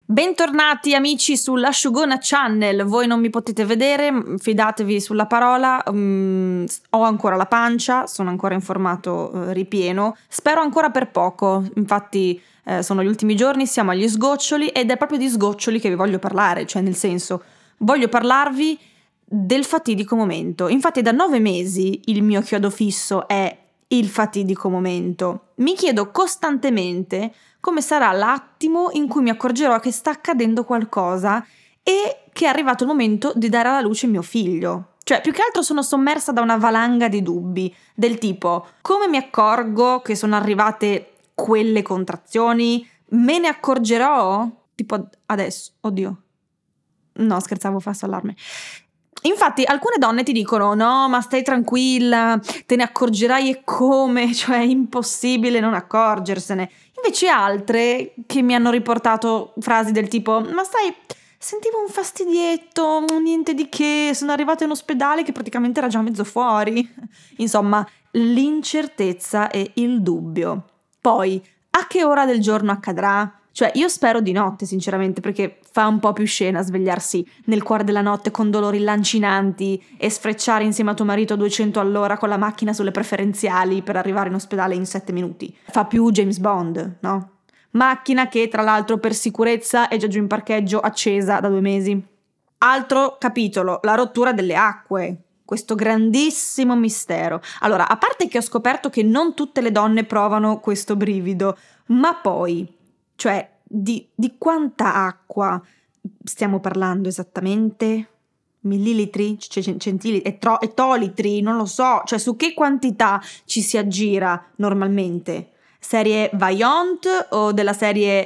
Bentornati amici sull'Asciugona Channel. Voi non mi potete vedere, fidatevi sulla parola. Ho ancora la pancia, sono ancora in formato ripieno. Spero ancora per poco, infatti sono gli ultimi giorni, siamo agli sgoccioli ed è proprio di sgoccioli che vi voglio parlare, cioè nel senso, voglio parlarvi del fatidico momento. Infatti da 9 mesi il mio chiodo fisso è il fatidico momento. Mi chiedo costantemente come sarà l'attimo in cui mi accorgerò che sta accadendo qualcosa e che è arrivato il momento di dare alla luce mio figlio. Cioè, più che altro sono sommersa da una valanga di dubbi, del tipo: come mi accorgo che sono arrivate quelle contrazioni? Me ne accorgerò? Tipo adesso, oddio. No, scherzavo, falso allarme. Infatti alcune donne ti dicono: no, ma stai tranquilla, te ne accorgerai e come, cioè è impossibile non accorgersene. Invece altre che mi hanno riportato frasi del tipo: ma sai, sentivo un fastidietto, niente di che, sono arrivata in ospedale che praticamente era già mezzo fuori. Insomma, l'incertezza e il dubbio. Poi, a che ora del giorno accadrà? Cioè, io spero di notte, sinceramente, perché fa un po' più scena svegliarsi nel cuore della notte con dolori lancinanti e sfrecciare insieme a tuo marito a 200 all'ora con la macchina sulle preferenziali per arrivare in ospedale in 7 minuti. Fa più James Bond, no? Macchina che, tra l'altro, per sicurezza è già giù in parcheggio, accesa da 2 mesi. Altro capitolo, la rottura delle acque. Questo grandissimo mistero. Allora, a parte che ho scoperto che non tutte le donne provano questo brivido, ma poi... Cioè, di quanta acqua stiamo parlando esattamente? Millilitri? Centilitri? Ettolitri? Non lo so. Cioè, su che quantità ci si aggira normalmente? Serie Vaillant o della serie...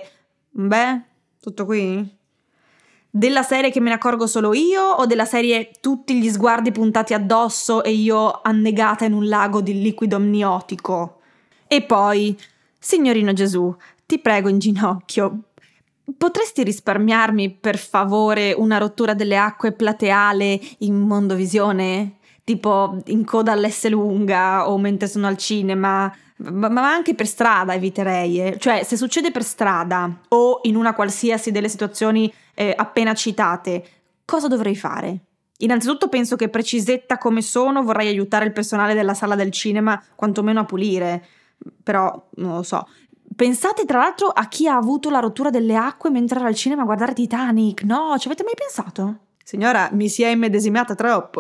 tutto qui? Della serie che me ne accorgo solo io o della serie tutti gli sguardi puntati addosso e io annegata in un lago di liquido amniotico? E poi, signorino Gesù, ti prego in ginocchio, potresti risparmiarmi per favore una rottura delle acque plateale in mondovisione? Tipo in coda all'Esselunga o mentre sono al cinema, ma anche per strada eviterei. Cioè, se succede per strada o in una qualsiasi delle situazioni appena citate, cosa dovrei fare? Innanzitutto penso che precisetta come sono vorrei aiutare il personale della sala del cinema quantomeno a pulire, però non lo so. Pensate tra l'altro a chi ha avuto la rottura delle acque mentre era al cinema a guardare Titanic. No, ci avete mai pensato? Signora, mi si è immedesimata troppo.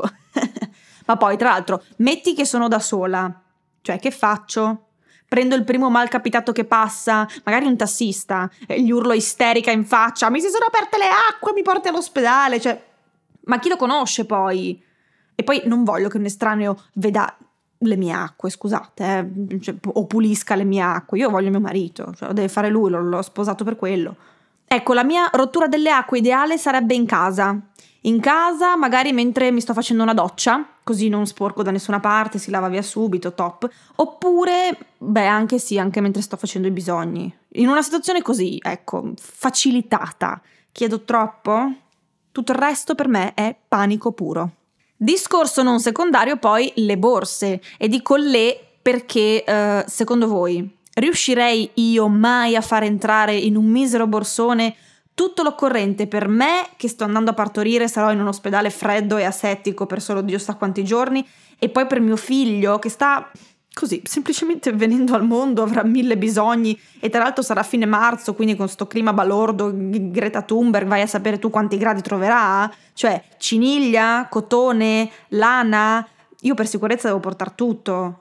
Ma poi, tra l'altro, metti che sono da sola. Cioè, che faccio? Prendo il primo malcapitato che passa, magari un tassista, e gli urlo isterica in faccia: mi si sono aperte le acque, mi porti all'ospedale. Cioè, ma chi lo conosce poi? E poi non voglio che un estraneo veda le mie acque, scusate, cioè, o pulisca le mie acque. Io voglio mio marito, cioè, lo deve fare lui, l'ho sposato per quello. Ecco, la mia rottura delle acque ideale sarebbe in casa. In casa, magari mentre mi sto facendo una doccia, così non sporco da nessuna parte, si lava via subito, top. Oppure, anche sì, anche mentre sto facendo i bisogni. In una situazione così, ecco, facilitata. Chiedo troppo? Tutto il resto per me è panico puro. Discorso non secondario poi le borse, e dico le perché secondo voi riuscirei io mai a far entrare in un misero borsone tutto l'occorrente per me che sto andando a partorire, sarò in un ospedale freddo e asettico per solo Dio sa quanti giorni, e poi per mio figlio che sta così semplicemente venendo al mondo, avrà 1000 bisogni e tra l'altro sarà fine marzo, quindi con sto clima balordo, Greta Thunberg, vai a sapere tu quanti gradi troverà, cioè ciniglia, cotone, lana, io per sicurezza devo portare tutto.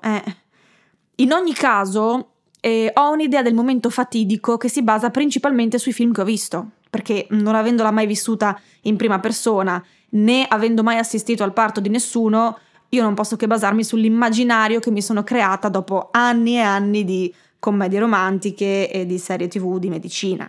In ogni caso ho un'idea del momento fatidico che si basa principalmente sui film che ho visto, perché non avendola mai vissuta in prima persona né avendo mai assistito al parto di nessuno, io non posso che basarmi sull'immaginario che mi sono creata dopo anni e anni di commedie romantiche e di serie TV di medicina.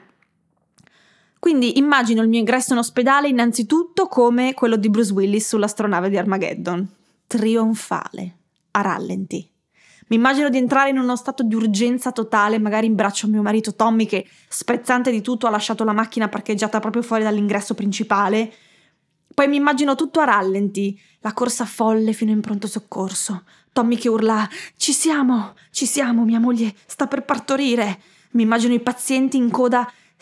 Quindi immagino il mio ingresso in ospedale innanzitutto come quello di Bruce Willis sull'astronave di Armageddon. Trionfale, a rallenti. Mi immagino di entrare in uno stato di urgenza totale, magari in braccio a mio marito Tommy che, sprezzante di tutto, ha lasciato la macchina parcheggiata proprio fuori dall'ingresso principale. Poi mi immagino tutto a rallenti, la corsa folle fino in pronto soccorso. Tommy che urla: ci siamo, mia moglie sta per partorire. Mi immagino i pazienti in coda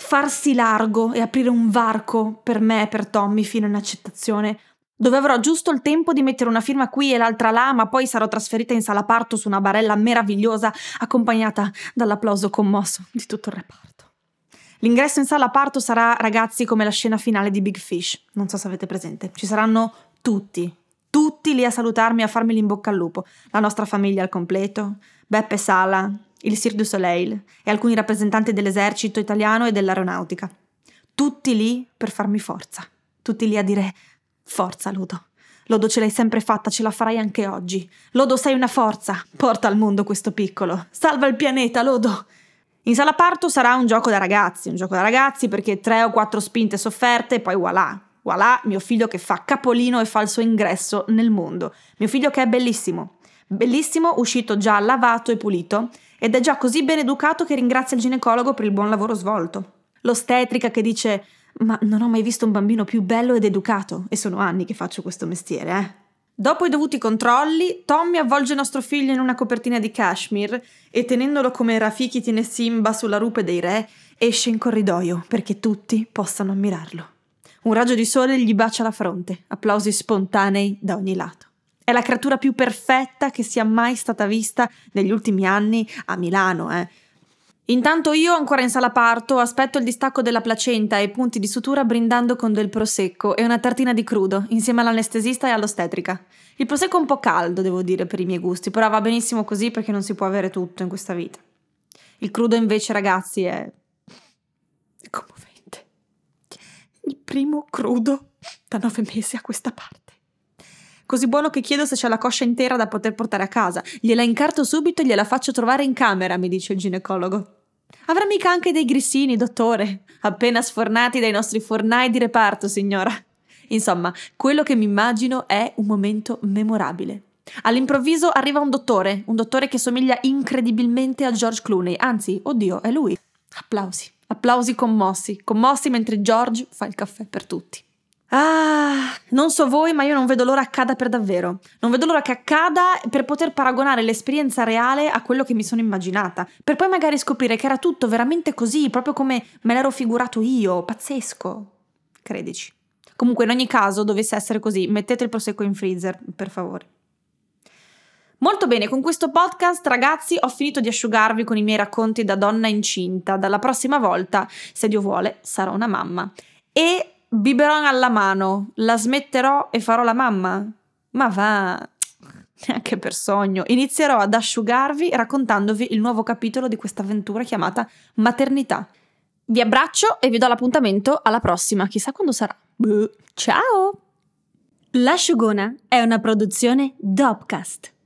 farsi largo e aprire un varco per me e per Tommy fino in accettazione, dove avrò giusto il tempo di mettere una firma qui e l'altra là, ma poi sarò trasferita in sala parto su una barella meravigliosa, accompagnata dall'applauso commosso di tutto il reparto. L'ingresso in sala parto sarà, ragazzi, come la scena finale di Big Fish. Non so se avete presente. Ci saranno tutti lì a salutarmi e a farmi l'in bocca al lupo. La nostra famiglia al completo, Beppe Sala, il Cirque du Soleil e alcuni rappresentanti dell'esercito italiano e dell'aeronautica. Tutti lì per farmi forza. Tutti lì a dire: forza, Lodo. Lodo, ce l'hai sempre fatta, ce la farai anche oggi. Lodo, sei una forza. Porta al mondo questo piccolo. Salva il pianeta, Lodo. In sala parto sarà un gioco da ragazzi perché 3 o 4 spinte sofferte e poi voilà, mio figlio che fa capolino e fa il suo ingresso nel mondo. Mio figlio che è bellissimo, uscito già lavato e pulito ed è già così ben educato che ringrazia il ginecologo per il buon lavoro svolto. L'ostetrica che dice: ma non ho mai visto un bambino più bello ed educato e sono anni che faccio questo mestiere, eh. Dopo i dovuti controlli, Tommy avvolge nostro figlio in una copertina di cashmere e, tenendolo come Rafiki tiene Simba sulla rupe dei re, esce in corridoio perché tutti possano ammirarlo. Un raggio di sole gli bacia la fronte, applausi spontanei da ogni lato. È la creatura più perfetta che sia mai stata vista negli ultimi anni a Milano, Intanto io, ancora in sala parto, aspetto il distacco della placenta e i punti di sutura brindando con del prosecco e una tartina di crudo, insieme all'anestesista e all'ostetrica. Il prosecco è un po' caldo, devo dire, per i miei gusti, però va benissimo così perché non si può avere tutto in questa vita. Il crudo invece, ragazzi, è commovente. Il primo crudo da 9 mesi a questa parte. Così buono che chiedo se c'è la coscia intera da poter portare a casa. Gliela incarto subito e gliela faccio trovare in camera, mi dice il ginecologo. Avrà mica anche dei grissini, dottore? Appena sfornati dai nostri fornai di reparto, signora. Insomma, quello che mi immagino è un momento memorabile. All'improvviso arriva un dottore che somiglia incredibilmente a George Clooney. Anzi, oddio, è lui. Applausi commossi mentre George fa il caffè per tutti. Non so voi, ma io non vedo l'ora accada per davvero. Non vedo l'ora che accada per poter paragonare l'esperienza reale a quello che mi sono immaginata, per poi magari scoprire che era tutto veramente così, proprio come me l'ero figurato io. Pazzesco. Credici. Comunque, in ogni caso, dovesse essere così, mettete il prosecco in freezer, per favore. Molto bene, con questo podcast, ragazzi, ho finito di asciugarvi con i miei racconti da donna incinta. Dalla prossima volta, se Dio vuole, sarò una mamma. E biberon alla mano, la smetterò e farò la mamma? Ma va, neanche per sogno. Inizierò ad asciugarvi raccontandovi il nuovo capitolo di questa avventura chiamata maternità. Vi abbraccio e vi do l'appuntamento alla prossima, chissà quando sarà. Ciao! L'Asciugona è una produzione Dopcast.